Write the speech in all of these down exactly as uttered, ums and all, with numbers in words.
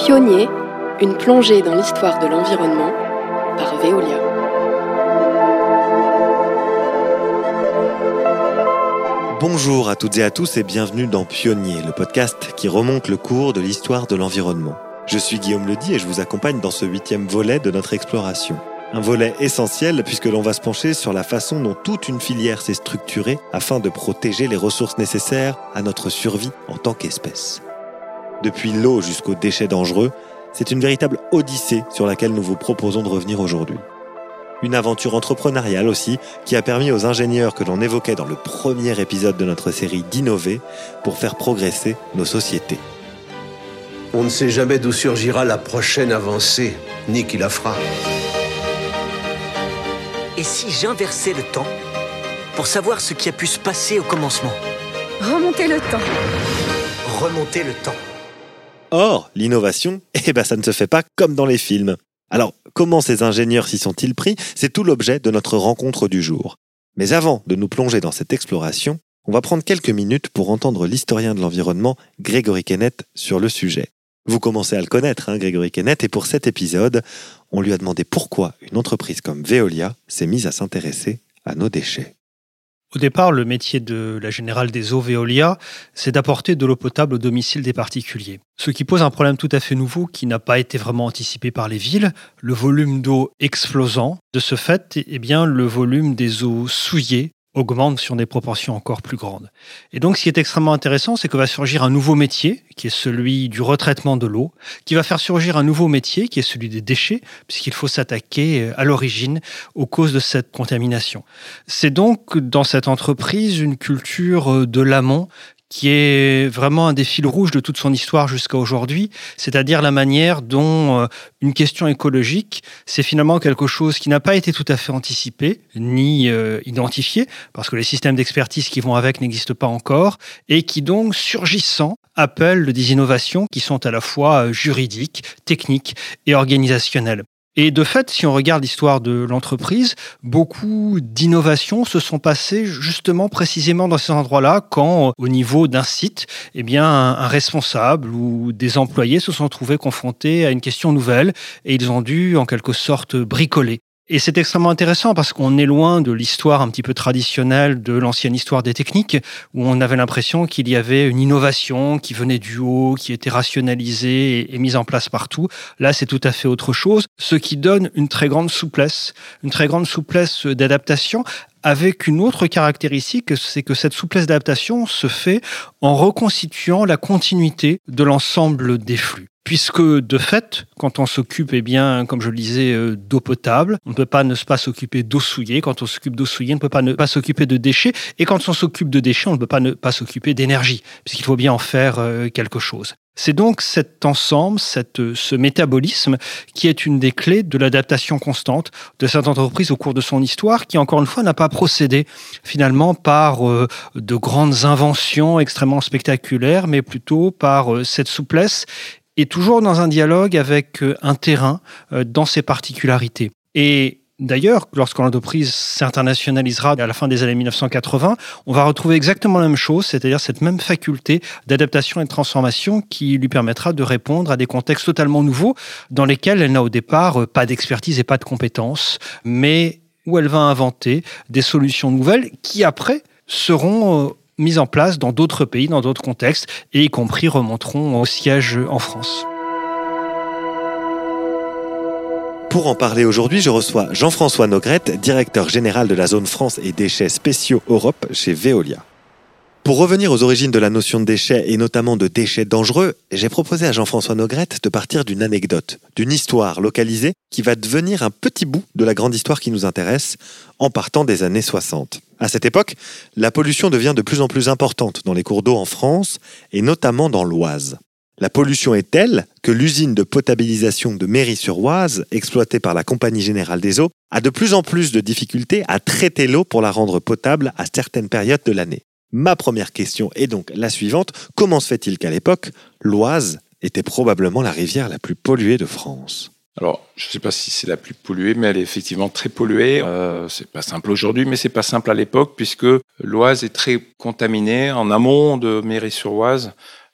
Pionnier, une plongée dans l'histoire de l'environnement par Veolia. Bonjour à toutes et à tous et bienvenue dans Pionnier, le podcast qui remonte le cours de l'histoire de l'environnement. Je suis Guillaume Ledy et je vous accompagne dans ce huitième volet de notre exploration. Un volet essentiel puisque l'on va se pencher sur la façon dont toute une filière s'est structurée afin de protéger les ressources nécessaires à notre survie en tant qu'espèce. Depuis l'eau jusqu'aux déchets dangereux, c'est une véritable odyssée sur laquelle nous vous proposons de revenir aujourd'hui. Une aventure entrepreneuriale aussi qui a permis aux ingénieurs que l'on évoquait dans le premier épisode de notre série d'innover pour faire progresser nos sociétés. On ne sait jamais d'où surgira la prochaine avancée, ni qui la fera. Et si j'inversais le temps pour savoir ce qui a pu se passer au commencement ? Remonter le temps. Remonter le temps. Or, l'innovation, eh ben, ça ne se fait pas comme dans les films. Alors, comment ces ingénieurs s'y sont-ils pris ? C'est tout l'objet de notre rencontre du jour. Mais avant de nous plonger dans cette exploration, on va prendre quelques minutes pour entendre l'historien de l'environnement Gregory Kenneth sur le sujet. Vous commencez à le connaître, hein, Gregory Kenneth, et pour cet épisode, on lui a demandé pourquoi une entreprise comme Veolia s'est mise à s'intéresser à nos déchets. Au départ, le métier de la Générale des eaux Veolia, c'est d'apporter de l'eau potable au domicile des particuliers. Ce qui pose un problème tout à fait nouveau qui n'a pas été vraiment anticipé par les villes, le volume d'eau explosant. De ce fait, eh bien, le volume des eaux souillées augmente sur des proportions encore plus grandes. Et donc, ce qui est extrêmement intéressant, c'est que va surgir un nouveau métier, qui est celui du retraitement de l'eau, qui va faire surgir un nouveau métier, qui est celui des déchets, puisqu'il faut s'attaquer à l'origine aux causes de cette contamination. C'est donc dans cette entreprise une culture de l'amont qui est vraiment un des fils rouges de toute son histoire jusqu'à aujourd'hui, c'est-à-dire la manière dont une question écologique, c'est finalement quelque chose qui n'a pas été tout à fait anticipé, ni euh, identifié, parce que les systèmes d'expertise qui vont avec n'existent pas encore, et qui donc, surgissant, appellent des innovations qui sont à la fois juridiques, techniques et organisationnelles. Et de fait, si on regarde l'histoire de l'entreprise, beaucoup d'innovations se sont passées justement précisément dans ces endroits-là, quand au niveau d'un site, eh bien, un responsable ou des employés se sont trouvés confrontés à une question nouvelle et ils ont dû en quelque sorte bricoler. Et c'est extrêmement intéressant parce qu'on est loin de l'histoire un petit peu traditionnelle de l'ancienne histoire des techniques où on avait l'impression qu'il y avait une innovation qui venait du haut, qui était rationalisée et, et mise en place partout. Là, c'est tout à fait autre chose, ce qui donne une très grande souplesse, une très grande souplesse d'adaptation avec une autre caractéristique, c'est que cette souplesse d'adaptation se fait en reconstituant la continuité de l'ensemble des flux. Puisque, de fait, quand on s'occupe, eh bien, comme je le disais, d'eau potable, on ne peut pas ne pas s'occuper d'eau souillée. Quand on s'occupe d'eau souillée, on ne peut pas ne pas s'occuper de déchets. Et quand on s'occupe de déchets, on ne peut pas ne pas s'occuper d'énergie, puisqu'il faut bien en faire quelque chose. C'est donc cet ensemble, cette, ce métabolisme qui est une des clés de l'adaptation constante de cette entreprise au cours de son histoire, qui, encore une fois, n'a pas procédé finalement par euh, de grandes inventions extrêmement spectaculaires, mais plutôt par euh, cette souplesse et toujours dans un dialogue avec un terrain euh, dans ses particularités. Et d'ailleurs, lorsque l'entreprise s'internationalisera à la fin des années dix-neuf cent quatre-vingts, on va retrouver exactement la même chose, c'est-à-dire cette même faculté d'adaptation et de transformation qui lui permettra de répondre à des contextes totalement nouveaux dans lesquels elle n'a au départ pas d'expertise et pas de compétences, mais où elle va inventer des solutions nouvelles qui après seront euh, mises en place dans d'autres pays, dans d'autres contextes, et y compris remonteront au siège en France. Pour en parler aujourd'hui, je reçois Jean-François Nogrette, directeur général de la zone France et déchets spéciaux Europe chez Veolia. Pour revenir aux origines de la notion de déchets et notamment de déchets dangereux, j'ai proposé à Jean-François Nogrette de partir d'une anecdote, d'une histoire localisée qui va devenir un petit bout de la grande histoire qui nous intéresse en partant des années soixante. À cette époque, la pollution devient de plus en plus importante dans les cours d'eau en France et notamment dans l'Oise. La pollution est telle que l'usine de potabilisation de Méry-sur-Oise, exploitée par la Compagnie Générale des Eaux, a de plus en plus de difficultés à traiter l'eau pour la rendre potable à certaines périodes de l'année. Ma première question est donc la suivante. Comment se fait-il qu'à l'époque, l'Oise était probablement la rivière la plus polluée de France ? Alors, je ne sais pas si c'est la plus polluée, mais elle est effectivement très polluée. Euh, c'est pas simple aujourd'hui, mais c'est pas simple à l'époque, puisque l'Oise est très contaminée. En amont de Méry-sur-Oise,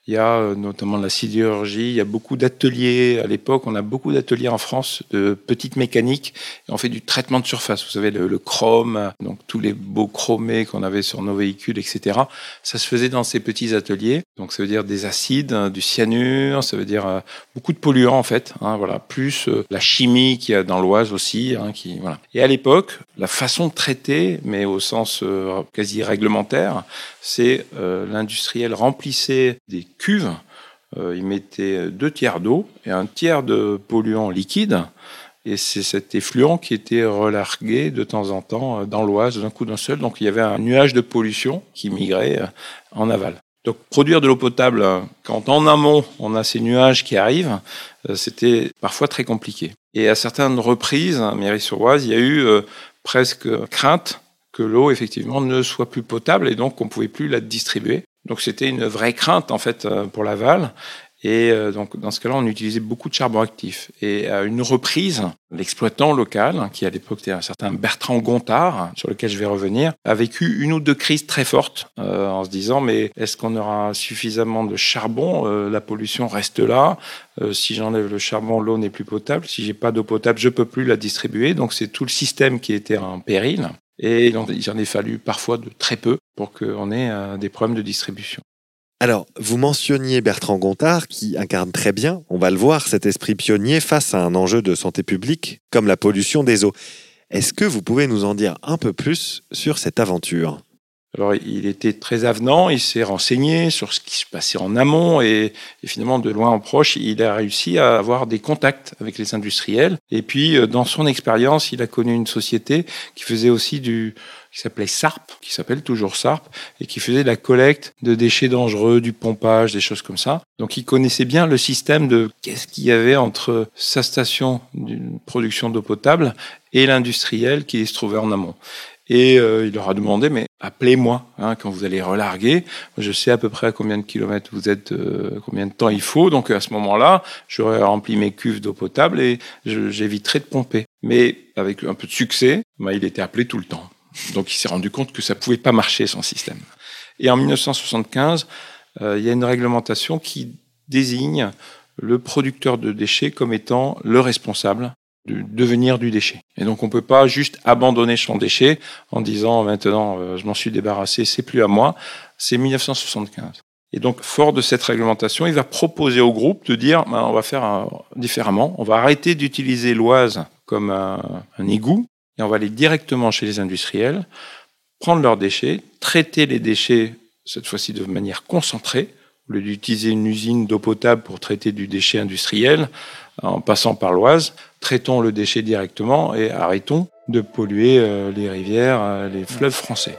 Il y a euh, notamment la sidérurgie, il y a beaucoup d'ateliers. À l'époque, on a beaucoup d'ateliers en France de petites mécaniques. Et on fait du traitement de surface. Vous savez, le, le chrome, donc tous les beaux chromés qu'on avait sur nos véhicules, et cetera. Ça se faisait dans ces petits ateliers. Donc ça veut dire des acides, du cyanure, ça veut dire euh, beaucoup de polluants en fait. Hein, voilà, plus euh, la chimie qu'il y a dans l'Oise aussi. Hein, qui, voilà. Et à l'époque, la façon de traiter, mais au sens euh, quasi réglementaire, c'est euh, l'industriel remplissait des cuves, euh, il mettait deux tiers d'eau et un tiers de polluants liquides, et c'est cet effluent qui était relargué de temps en temps dans l'Oise d'un coup d'un seul. Donc il y avait un nuage de pollution qui migrait en aval. Donc produire de l'eau potable, quand en amont on a ces nuages qui arrivent, c'était parfois très compliqué. Et à certaines reprises, à Méry-sur-Oise, il y a eu euh, presque crainte que l'eau effectivement ne soit plus potable et donc qu'on ne pouvait plus la distribuer. Donc c'était une vraie crainte en fait pour l'aval. Et donc dans ce cas-là, on utilisait beaucoup de charbon actif. Et à une reprise, l'exploitant local, qui à l'époque était un certain Bertrand Gontard, sur lequel je vais revenir, a vécu une ou deux crises très fortes euh, en se disant mais est-ce qu'on aura suffisamment de charbon ? euh, La pollution reste là. Euh, si j'enlève le charbon, l'eau n'est plus potable. Si j'ai pas d'eau potable, je peux plus la distribuer. Donc c'est tout le système qui était en péril. Et donc, il en est fallu parfois de très peu pour qu'on ait euh, des problèmes de distribution. Alors, vous mentionniez Bertrand Gontard qui incarne très bien, on va le voir, cet esprit pionnier face à un enjeu de santé publique comme la pollution des eaux. Est-ce que vous pouvez nous en dire un peu plus sur cette aventure ? Alors, il était très avenant, il s'est renseigné sur ce qui se passait en amont et, et finalement, de loin en proche, il a réussi à avoir des contacts avec les industriels. Et puis, dans son expérience, il a connu une société qui faisait aussi du, qui s'appelait Sarp, qui s'appelle toujours Sarp, et qui faisait de la collecte de déchets dangereux, du pompage, des choses comme ça. Donc, il connaissait bien le système de qu'est-ce qu'il y avait entre sa station de production d'eau potable et l'industriel qui se trouvait en amont. Et euh, il leur a demandé, mais appelez-moi hein, quand vous allez relarguer. Je sais à peu près à combien de kilomètres vous êtes, euh, combien de temps il faut. Donc à ce moment-là, j'aurais rempli mes cuves d'eau potable et je, j'éviterais de pomper. Mais avec un peu de succès, bah, il était appelé tout le temps. Donc il s'est rendu compte que ça pouvait pas marcher son système. Et en dix-neuf cent soixante-quinze, euh, il y a une réglementation qui désigne le producteur de déchets comme étant le responsable du devenir du déchet. Et donc on ne peut pas juste abandonner son déchet en disant maintenant euh, je m'en suis débarrassé, c'est plus à moi. C'est dix-neuf cent soixante-quinze. Et donc fort de cette réglementation, il va proposer au groupe de dire ben, on va faire un, différemment, on va arrêter d'utiliser l'Oise comme un, un égout et on va aller directement chez les industriels, prendre leurs déchets, traiter les déchets cette fois-ci de manière concentrée, au lieu d'utiliser une usine d'eau potable pour traiter du déchet industriel, en passant par l'Oise, traitons le déchet directement et arrêtons de polluer euh, les rivières, euh, les fleuves français.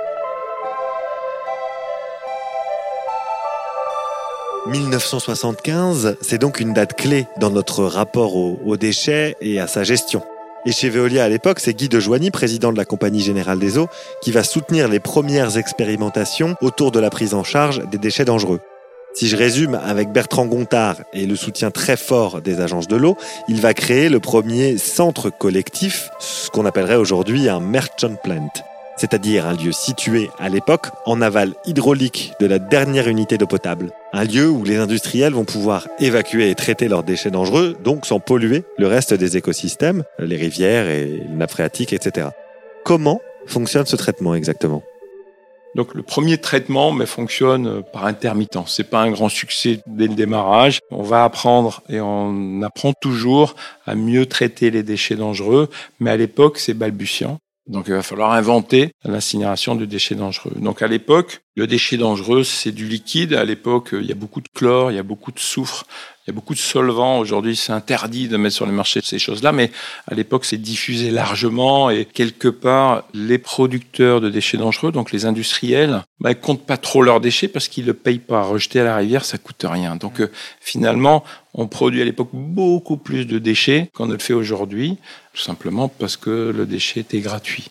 dix-neuf cent soixante-quinze, c'est donc une date clé dans notre rapport aux, aux déchets et à sa gestion. Et chez Veolia à l'époque, c'est Guy de Joigny, président de la Compagnie Générale des Eaux, qui va soutenir les premières expérimentations autour de la prise en charge des déchets dangereux. Si je résume, avec Bertrand Gontard et le soutien très fort des agences de l'eau, il va créer le premier centre collectif, ce qu'on appellerait aujourd'hui un merchant plant, c'est-à-dire un lieu situé à l'époque en aval hydraulique de la dernière unité d'eau potable. Un lieu où les industriels vont pouvoir évacuer et traiter leurs déchets dangereux, donc sans polluer le reste des écosystèmes, les rivières et les nappes phréatiques, et cetera. Comment fonctionne ce traitement exactement ? Donc le premier traitement mais fonctionne par intermittence. C'est pas un grand succès dès le démarrage. On va apprendre et on apprend toujours à mieux traiter les déchets dangereux, mais à l'époque c'est balbutiant. Donc il va falloir inventer l'incinération de déchets dangereux. Donc à l'époque, le déchet dangereux, c'est du liquide. À l'époque, il y a beaucoup de chlore, il y a beaucoup de soufre, il y a beaucoup de solvants. Aujourd'hui, c'est interdit de mettre sur le marché ces choses-là, mais à l'époque, c'est diffusé largement et quelque part, les producteurs de déchets dangereux, donc les industriels, bah, ils comptent pas trop leurs déchets parce qu'ils le payent pas. Rejeter à la rivière, ça coûte rien. Donc euh, finalement, on produit à l'époque beaucoup plus de déchets qu'on ne le fait aujourd'hui, tout simplement parce que le déchet était gratuit.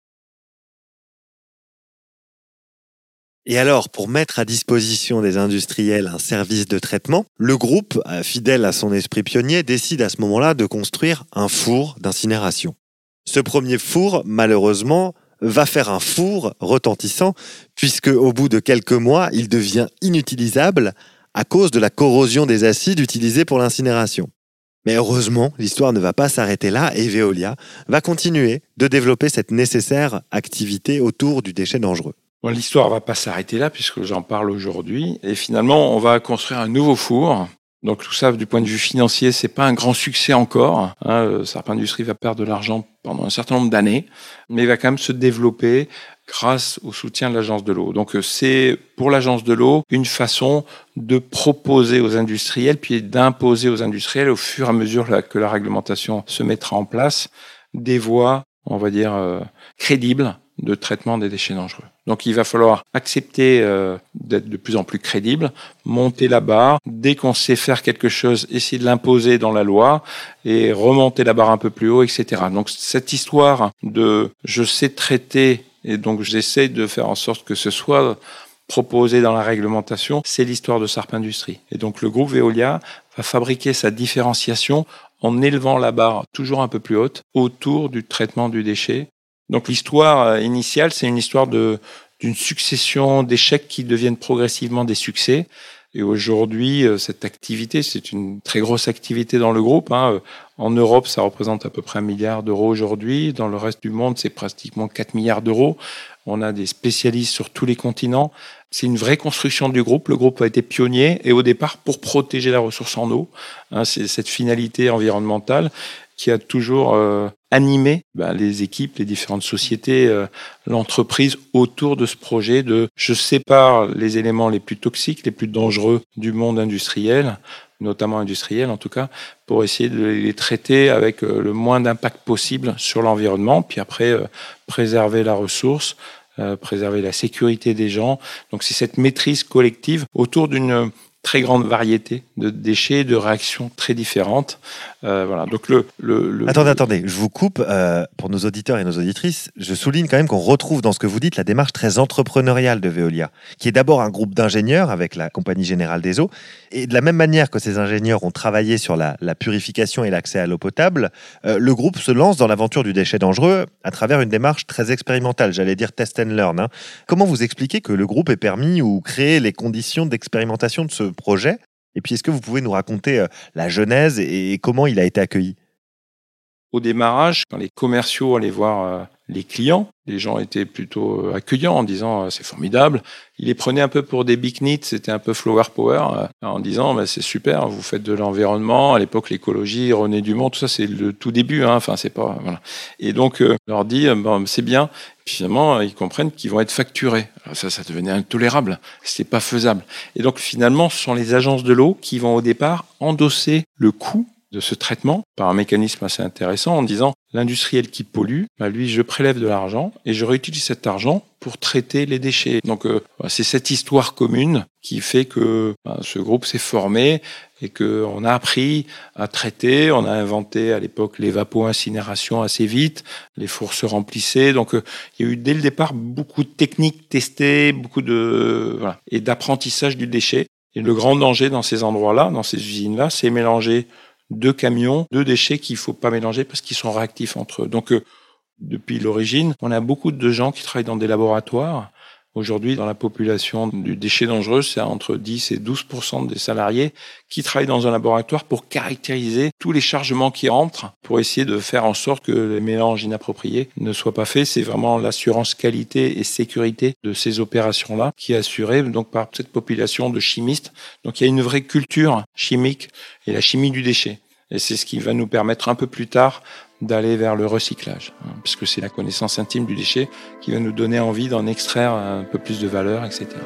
Et alors, pour mettre à disposition des industriels un service de traitement, le groupe, fidèle à son esprit pionnier, décide à ce moment-là de construire un four d'incinération. Ce premier four, malheureusement, va faire un four retentissant, puisque au bout de quelques mois, il devient inutilisable à cause de la corrosion des acides utilisés pour l'incinération. Mais heureusement, l'histoire ne va pas s'arrêter là et Veolia va continuer de développer cette nécessaire activité autour du déchet dangereux. Bon, l'histoire ne va pas s'arrêter là puisque j'en parle aujourd'hui. Et finalement, on va construire un nouveau four. Donc tout ça, du point de vue financier, c'est pas un grand succès encore. Hein, Sarp Industrie va perdre de l'argent pendant un certain nombre d'années, mais il va quand même se développer grâce au soutien de l'Agence de l'eau. Donc c'est pour l'Agence de l'eau une façon de proposer aux industriels, puis d'imposer aux industriels, au fur et à mesure que la réglementation se mettra en place, des voies, on va dire, euh, crédibles de traitement des déchets dangereux. Donc il va falloir accepter euh, d'être de plus en plus crédible, monter la barre. Dès qu'on sait faire quelque chose, essayer de l'imposer dans la loi et remonter la barre un peu plus haut, et cetera. Donc cette histoire de « je sais traiter » et donc j'essaie de faire en sorte que ce soit proposé dans la réglementation, c'est l'histoire de Sarp Industrie. Et donc le groupe Veolia va fabriquer sa différenciation en élevant la barre toujours un peu plus haute autour du traitement du déchet. Donc l'histoire initiale, c'est une histoire de, d'une succession d'échecs qui deviennent progressivement des succès. Et aujourd'hui, cette activité, c'est une très grosse activité dans le groupe. Hein. En Europe, ça représente à peu près un milliard d'euros aujourd'hui. Dans le reste du monde, c'est pratiquement quatre milliards d'euros. On a des spécialistes sur tous les continents. C'est une vraie construction du groupe. Le groupe a été pionnier et au départ pour protéger la ressource en eau. Hein, c'est cette finalité environnementale qui a toujours euh, animé ben, les équipes, les différentes sociétés, euh, l'entreprise autour de ce projet de je sépare les éléments les plus toxiques, les plus dangereux du monde industriel, notamment industriel en tout cas, pour essayer de les traiter avec euh, le moins d'impact possible sur l'environnement, puis après euh, préserver la ressource, euh, préserver la sécurité des gens. Donc c'est cette maîtrise collective autour d'une très grande variété de déchets, de réactions très différentes. Euh, voilà. Donc le, le, le... Attendez, attendez, je vous coupe. Euh, pour nos auditeurs et nos auditrices, je souligne quand même qu'on retrouve dans ce que vous dites la démarche très entrepreneuriale de Veolia, qui est d'abord un groupe d'ingénieurs avec la Compagnie Générale des Eaux. Et de la même manière que ces ingénieurs ont travaillé sur la, la purification et l'accès à l'eau potable, euh, le groupe se lance dans l'aventure du déchet dangereux à travers une démarche très expérimentale, j'allais dire test and learn. Hein. Comment vous expliquez que le groupe ait permis ou créé les conditions d'expérimentation de ce projet? Et puis, est-ce que vous pouvez nous raconter euh, la genèse et, et comment il a été accueilli? Au démarrage, quand les commerciaux allaient voir euh, les clients, les gens étaient plutôt euh, accueillants en disant euh, c'est formidable. Ils les prenaient un peu pour des big nits, c'était un peu flower power, euh, en disant bah, c'est super, vous faites de l'environnement. À l'époque, l'écologie, René Dumont, tout ça c'est le tout début. Hein, enfin, c'est pas voilà. Et donc, euh, on leur dit euh, bon, c'est bien. Puis finalement, ils comprennent qu'ils vont être facturés. Alors ça, ça devenait intolérable. C'était pas faisable. Et donc finalement, ce sont les agences de l'eau qui vont au départ endosser le coût de ce traitement par un mécanisme assez intéressant en disant l'industriel qui pollue, bah lui je prélève de l'argent et je réutilise cet argent pour traiter les déchets. Donc euh, c'est cette histoire commune qui fait que bah, ce groupe s'est formé et qu'on a appris à traiter. On a inventé à l'époque l'évapo-incinération assez vite, les fours se remplissaient. Donc euh, il y a eu dès le départ beaucoup de techniques testées, beaucoup de voilà, et d'apprentissage du déchet. Et le grand danger dans ces endroits-là, dans ces usines-là, c'est mélanger deux camions, deux déchets qu'il ne faut pas mélanger parce qu'ils sont réactifs entre eux. Donc, euh, depuis l'origine, on a beaucoup de gens qui travaillent dans des laboratoires. Aujourd'hui, dans la population du déchet dangereux, c'est entre dix et douze pour cent des salariés qui travaillent dans un laboratoire pour caractériser tous les chargements qui rentrent, pour essayer de faire en sorte que les mélanges inappropriés ne soient pas faits. C'est vraiment l'assurance qualité et sécurité de ces opérations-là qui est assurée donc par cette population de chimistes. Donc il y a une vraie culture chimique et la chimie du déchet. Et c'est ce qui va nous permettre un peu plus tard d'aller vers le recyclage, hein, puisque c'est la connaissance intime du déchet qui va nous donner envie d'en extraire un peu plus de valeur, et cetera.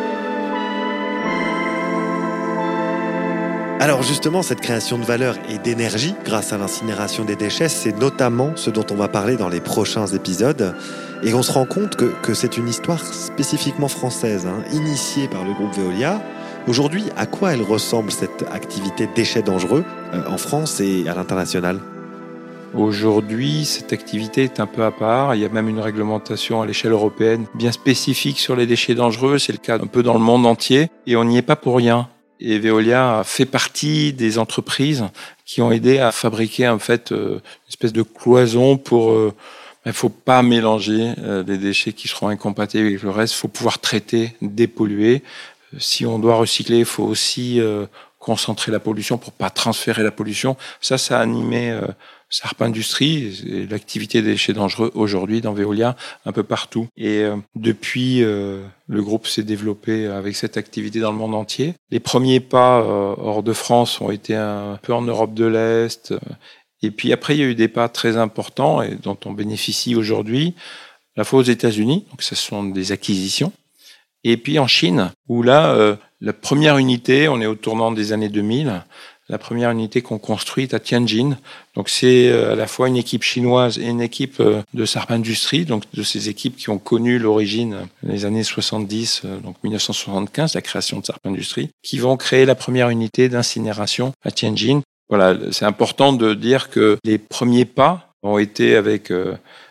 Alors justement, cette création de valeur et d'énergie grâce à l'incinération des déchets, c'est notamment ce dont on va parler dans les prochains épisodes. Et on se rend compte que, que c'est une histoire spécifiquement française, hein, initiée par le groupe Veolia. Aujourd'hui, à quoi elle ressemble cette activité déchets dangereux euh, en France et à l'international ? Aujourd'hui, cette activité est un peu à part. Il y a même une réglementation à l'échelle européenne bien spécifique sur les déchets dangereux. C'est le cas un peu dans le monde entier. Et on n'y est pas pour rien. Et Veolia fait partie des entreprises qui ont aidé à fabriquer en fait une espèce de cloison pour... Euh, il ne faut pas mélanger euh, les déchets qui seront incompatibles avec le reste. Il faut pouvoir traiter, dépolluer. si on doit recycler, il faut aussi euh, concentrer la pollution pour pas transférer la pollution. Ça, ça a animé euh, Sarp Industrie et l'activité des déchets dangereux aujourd'hui dans Veolia un peu partout. Et euh, depuis, euh, le groupe s'est développé avec cette activité dans le monde entier. Les premiers pas euh, hors de France ont été un peu en Europe de l'Est. Et puis après, il y a eu des pas très importants et dont on bénéficie aujourd'hui, à la fois aux États-Unis, donc ce sont des acquisitions, et puis en Chine, où là, euh, la première unité, on est au tournant des années deux mille, la première unité qu'on construit est à Tianjin. Donc c'est à la fois une équipe chinoise et une équipe de Sarp Industrie, donc de ces équipes qui ont connu l'origine des années soixante-dix, donc dix-neuf cent soixante-quinze, la création de Sarp Industrie, qui vont créer la première unité d'incinération à Tianjin. Voilà, c'est important de dire que les premiers pas ont été avec euh,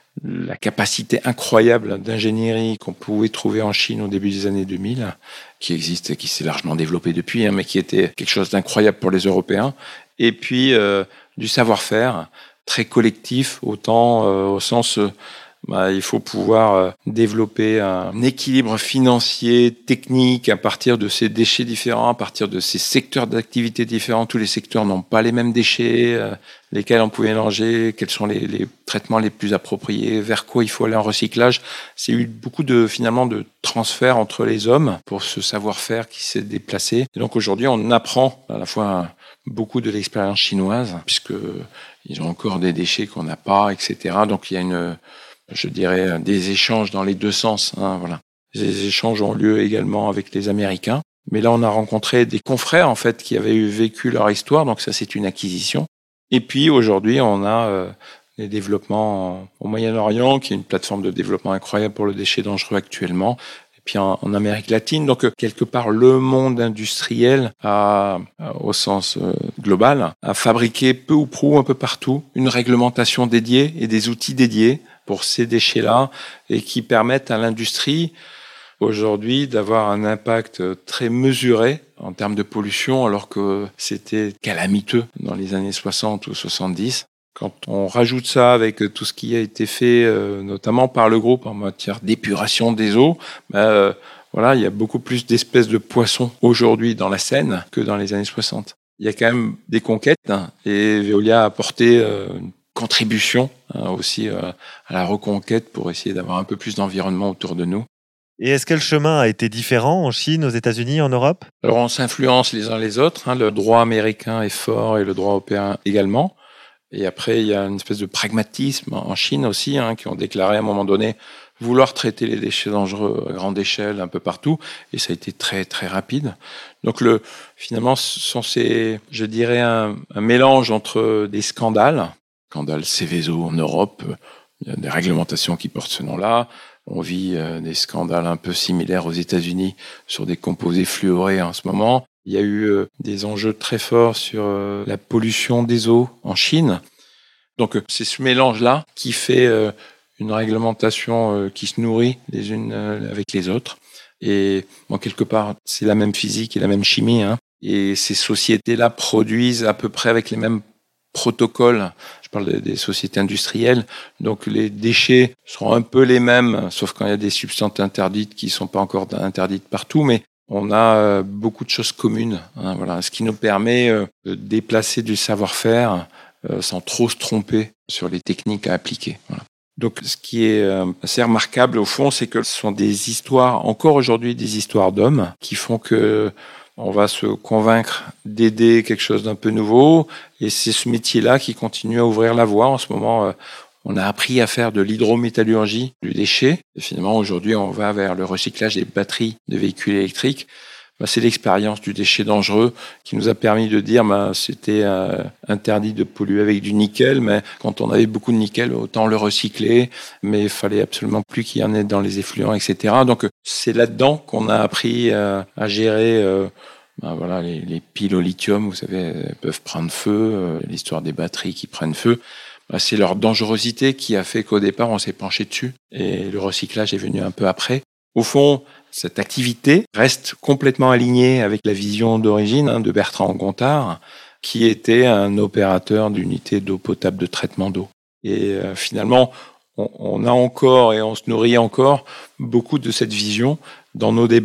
la capacité incroyable d'ingénierie qu'on pouvait trouver en Chine au début des années deux mille, qui existe et qui s'est largement développé depuis, hein, mais qui était quelque chose d'incroyable pour les Européens. Et puis euh, du savoir-faire très collectif, autant euh, au sens... Euh, Bah, il faut pouvoir euh, développer un équilibre financier, technique, à partir de ces déchets différents, à partir de ces secteurs d'activité différents. Tous les secteurs n'ont pas les mêmes déchets, euh, lesquels on peut mélanger, quels sont les, les traitements les plus appropriés, vers quoi il faut aller en recyclage. C'est eu beaucoup de, finalement, de transfert entre les hommes pour ce savoir-faire qui s'est déplacé. Et donc aujourd'hui, on apprend à la fois beaucoup de l'expérience chinoise, puisque ils ont encore des déchets qu'on n'a pas, et cetera. Donc il y a une... je dirais, des échanges dans les deux sens. Hein, voilà. Les échanges ont lieu également avec les Américains. Mais là, on a rencontré des confrères, en fait, qui avaient eu vécu leur histoire. Donc ça, c'est une acquisition. Et puis, aujourd'hui, on a euh, des développements au Moyen-Orient, qui est une plateforme de développement incroyable pour le déchet dangereux actuellement. Et puis en, en Amérique latine. Donc, quelque part, le monde industriel a, au sens euh, global, a fabriqué peu ou prou, un peu partout, une réglementation dédiée et des outils dédiés pour ces déchets-là et qui permettent à l'industrie aujourd'hui d'avoir un impact très mesuré en termes de pollution alors que c'était calamiteux dans les années soixante ou soixante-dix. Quand on rajoute ça avec tout ce qui a été fait euh, notamment par le groupe en matière d'épuration des eaux, ben, euh, voilà, il y a beaucoup plus d'espèces de poissons aujourd'hui dans la Seine que dans les années soixante. Il y a quand même des conquêtes hein, et Veolia a apporté euh, une contribution hein, aussi euh, à la reconquête pour essayer d'avoir un peu plus d'environnement autour de nous. Et est-ce que le chemin a été différent en Chine, aux États-Unis, en Europe ? Alors on s'influence les uns les autres. Hein, le droit américain est fort et le droit européen également. Et après, il y a une espèce de pragmatisme en Chine aussi, hein, qui ont déclaré à un moment donné vouloir traiter les déchets dangereux à grande échelle un peu partout. Et ça a été très, très rapide. Donc le, finalement, ce sont ces, je dirais, un, un mélange entre des scandales, scandale Seveso en Europe, il y a des réglementations qui portent ce nom-là. On vit euh, des scandales un peu similaires aux États-Unis sur des composés fluorés en ce moment. Il y a eu euh, des enjeux très forts sur euh, la pollution des eaux en Chine. Donc euh, c'est ce mélange-là qui fait euh, une réglementation euh, qui se nourrit les unes euh, avec les autres. Et bon, quelque part, c'est la même physique et la même chimie. Hein. Et ces sociétés-là produisent à peu près avec les mêmes protocoles. Je parle des, des sociétés industrielles. Donc les déchets sont un peu les mêmes, sauf quand il y a des substances interdites qui ne sont pas encore interdites partout. Mais on a euh, beaucoup de choses communes. Hein, voilà, ce qui nous permet euh, de déplacer du savoir-faire euh, sans trop se tromper sur les techniques à appliquer. Voilà. Donc, ce qui est euh, assez remarquable au fond, c'est que ce sont des histoires, encore aujourd'hui, des histoires d'hommes qui font que on va se convaincre d'aider quelque chose d'un peu nouveau. Et c'est ce métier-là qui continue à ouvrir la voie. En ce moment, euh, on a appris à faire de l'hydrométallurgie du déchet. Et finalement, aujourd'hui, on va vers le recyclage des batteries de véhicules électriques. Ben, c'est l'expérience du déchet dangereux qui nous a permis de dire ben, c'était euh, interdit de polluer avec du nickel, mais quand on avait beaucoup de nickel, autant le recycler, mais il fallait absolument plus qu'il y en ait dans les effluents, et cetera. Donc c'est là-dedans qu'on a appris euh, à gérer euh, ben, voilà, les, les piles au lithium, vous savez, elles peuvent prendre feu, euh, l'histoire des batteries qui prennent feu. Ben, c'est leur dangerosité qui a fait qu'au départ, on s'est penché dessus, et le recyclage est venu un peu après. Au fond, cette activité reste complètement alignée avec la vision d'origine hein, de Bertrand Gontard, qui était un opérateur d'unités d'eau potable de traitement d'eau. Et euh, finalement, on, on a encore et on se nourrit encore beaucoup de cette vision dans nos débats.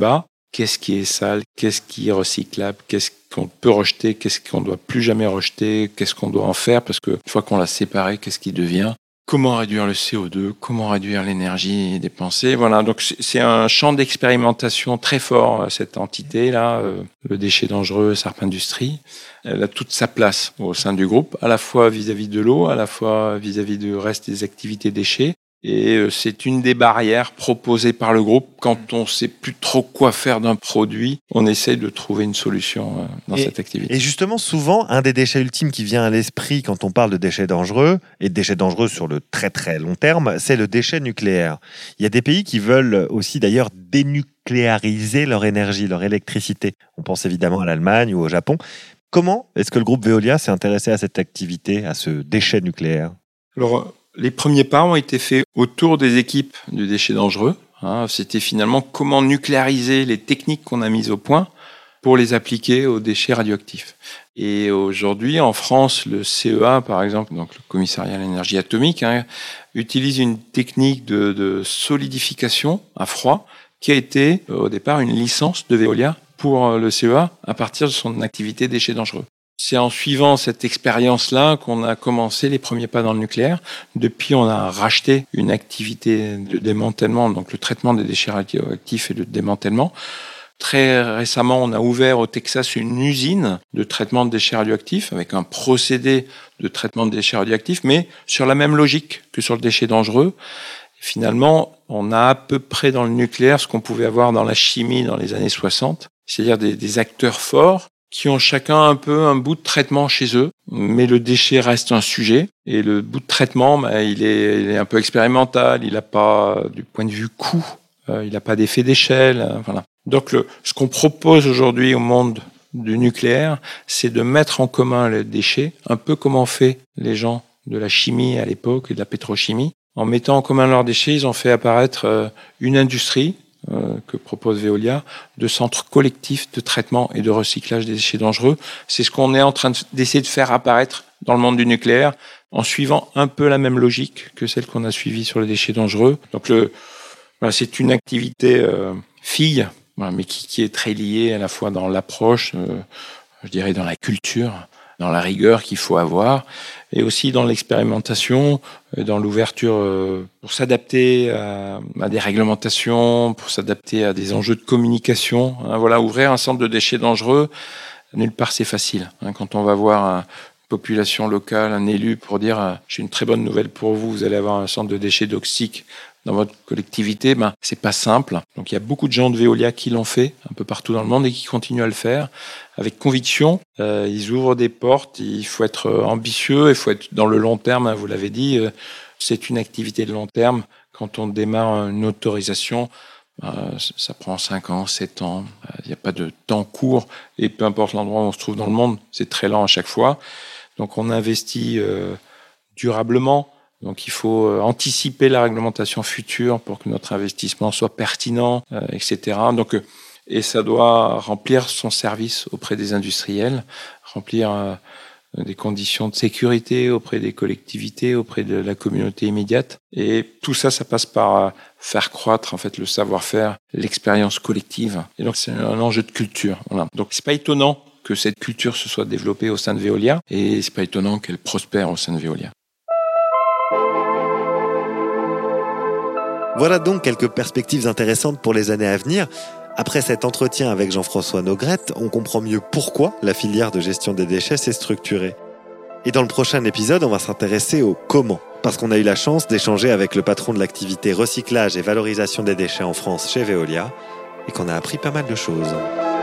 qu'est-ce qui est sale, qu'est-ce qui est recyclable, qu'est-ce qu'on peut rejeter, qu'est-ce qu'on ne doit plus jamais rejeter, qu'est-ce qu'on doit en faire, parce qu'une fois qu'on l'a séparé, qu'est-ce qui devient ? Comment réduire le C O deux, comment réduire l'énergie dépensée. Voilà, donc c'est un champ d'expérimentation très fort, cette entité-là, euh, le déchet dangereux, Sarp Industrie. Elle a toute sa place au sein du groupe, à la fois vis-à-vis de l'eau, à la fois vis-à-vis du reste des activités déchets. Et c'est une des barrières proposées par le groupe. Quand on ne sait plus trop quoi faire d'un produit, on essaye de trouver une solution dans et, cette activité. Et justement, souvent, un des déchets ultimes qui vient à l'esprit quand on parle de déchets dangereux, et de déchets dangereux sur le très très long terme, c'est le déchet nucléaire. Il y a des pays qui veulent aussi d'ailleurs dénucléariser leur énergie, leur électricité. On pense évidemment à l'Allemagne ou au Japon. Comment est-ce que le groupe Veolia s'est intéressé à cette activité, à ce déchet nucléaire ? Alors, les premiers pas ont été faits autour des équipes du déchet dangereux. Hein, c'était finalement comment nucléariser les techniques qu'on a mises au point pour les appliquer aux déchets radioactifs. Et aujourd'hui, en France, le C E A, par exemple, donc le Commissariat à l'énergie atomique, hein, utilise une technique de, de solidification à froid qui a été au départ une licence de Veolia pour le C E A à partir de son activité déchets dangereux. C'est en suivant cette expérience-là qu'on a commencé les premiers pas dans le nucléaire. Depuis, on a racheté une activité de démantèlement, donc le traitement des déchets radioactifs et le démantèlement. Très récemment, on a ouvert au Texas une usine de traitement de déchets radioactifs avec un procédé de traitement de déchets radioactifs, mais sur la même logique que sur le déchet dangereux. Et finalement, on a à peu près dans le nucléaire ce qu'on pouvait avoir dans la chimie dans les années soixante, c'est-à-dire des, des acteurs forts qui ont chacun un peu un bout de traitement chez eux, mais le déchet reste un sujet. Et le bout de traitement, bah, il, est, il est un peu expérimental, il n'a pas, du point de vue coût, euh, il n'a pas d'effet d'échelle. Euh, voilà. Donc le, ce qu'on propose aujourd'hui au monde du nucléaire, c'est de mettre en commun les déchets, un peu comme ont fait les gens de la chimie à l'époque et de la pétrochimie. En mettant en commun leurs déchets, ils ont fait apparaître euh, une industrie, Euh, que propose Veolia, de centres collectifs de traitement et de recyclage des déchets dangereux. C'est ce qu'on est en train de, d'essayer de faire apparaître dans le monde du nucléaire, en suivant un peu la même logique que celle qu'on a suivie sur les déchets dangereux. Donc le, voilà, c'est une activité euh, fille, voilà, mais qui, qui est très liée à la fois dans l'approche, euh, je dirais dans la culture, dans la rigueur qu'il faut avoir, et aussi dans l'expérimentation, dans l'ouverture pour s'adapter à, à des réglementations, pour s'adapter à des enjeux de communication. Hein, voilà, ouvrir un centre de déchets dangereux, nulle part c'est facile. Hein, quand on va voir une population locale, un élu, pour dire « j'ai une très bonne nouvelle pour vous, vous allez avoir un centre de déchets toxiques dans votre collectivité », ben, c'est pas simple. Donc il y a beaucoup de gens de Veolia qui l'ont fait un peu partout dans le monde et qui continuent à le faire avec conviction. Euh, ils ouvrent des portes, il faut être ambitieux, il faut être dans le long terme, hein, vous l'avez dit, euh, c'est une activité de long terme. Quand on démarre une autorisation, euh, ça prend cinq ans, sept ans, il n'y a pas de temps court et peu importe l'endroit où on se trouve dans le monde, c'est très lent à chaque fois. Donc on investit euh, durablement. Donc il faut anticiper la réglementation future pour que notre investissement soit pertinent, euh, et cetera. Donc, euh, et ça doit remplir son service auprès des industriels, remplir euh, des conditions de sécurité auprès des collectivités, auprès de la communauté immédiate. Et tout ça, ça passe par euh, faire croître en fait le savoir-faire, l'expérience collective. Et donc c'est un enjeu de culture. Voilà. Donc c'est pas étonnant que cette culture se soit développée au sein de Veolia, et c'est pas étonnant qu'elle prospère au sein de Veolia. Voilà donc quelques perspectives intéressantes pour les années à venir. Après cet entretien avec Jean-François Nogrette, on comprend mieux pourquoi la filière de gestion des déchets s'est structurée. Et dans le prochain épisode, on va s'intéresser au comment. Parce qu'on a eu la chance d'échanger avec le patron de l'activité recyclage et valorisation des déchets en France chez Veolia, et qu'on a appris pas mal de choses.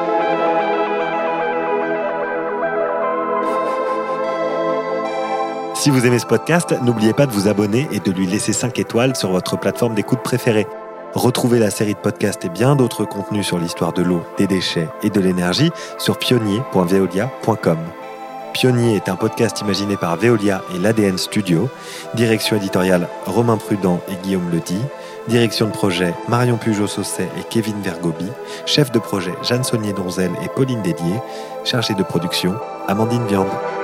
Si vous aimez ce podcast, n'oubliez pas de vous abonner et de lui laisser cinq étoiles sur votre plateforme d'écoute préférée. Retrouvez la série de podcasts et bien d'autres contenus sur l'histoire de l'eau, des déchets et de l'énergie sur pionnier point veolia point com. Pionnier est un podcast imaginé par Veolia et l'A D N Studio. Direction éditoriale Romain Prudent et Guillaume Ledy. Direction de projet Marion Pugeot-Sausset et Kevin Vergobi. Chef de projet Jeanne Saunier-Donzel et Pauline Dédier. Chargée de production Amandine Viande.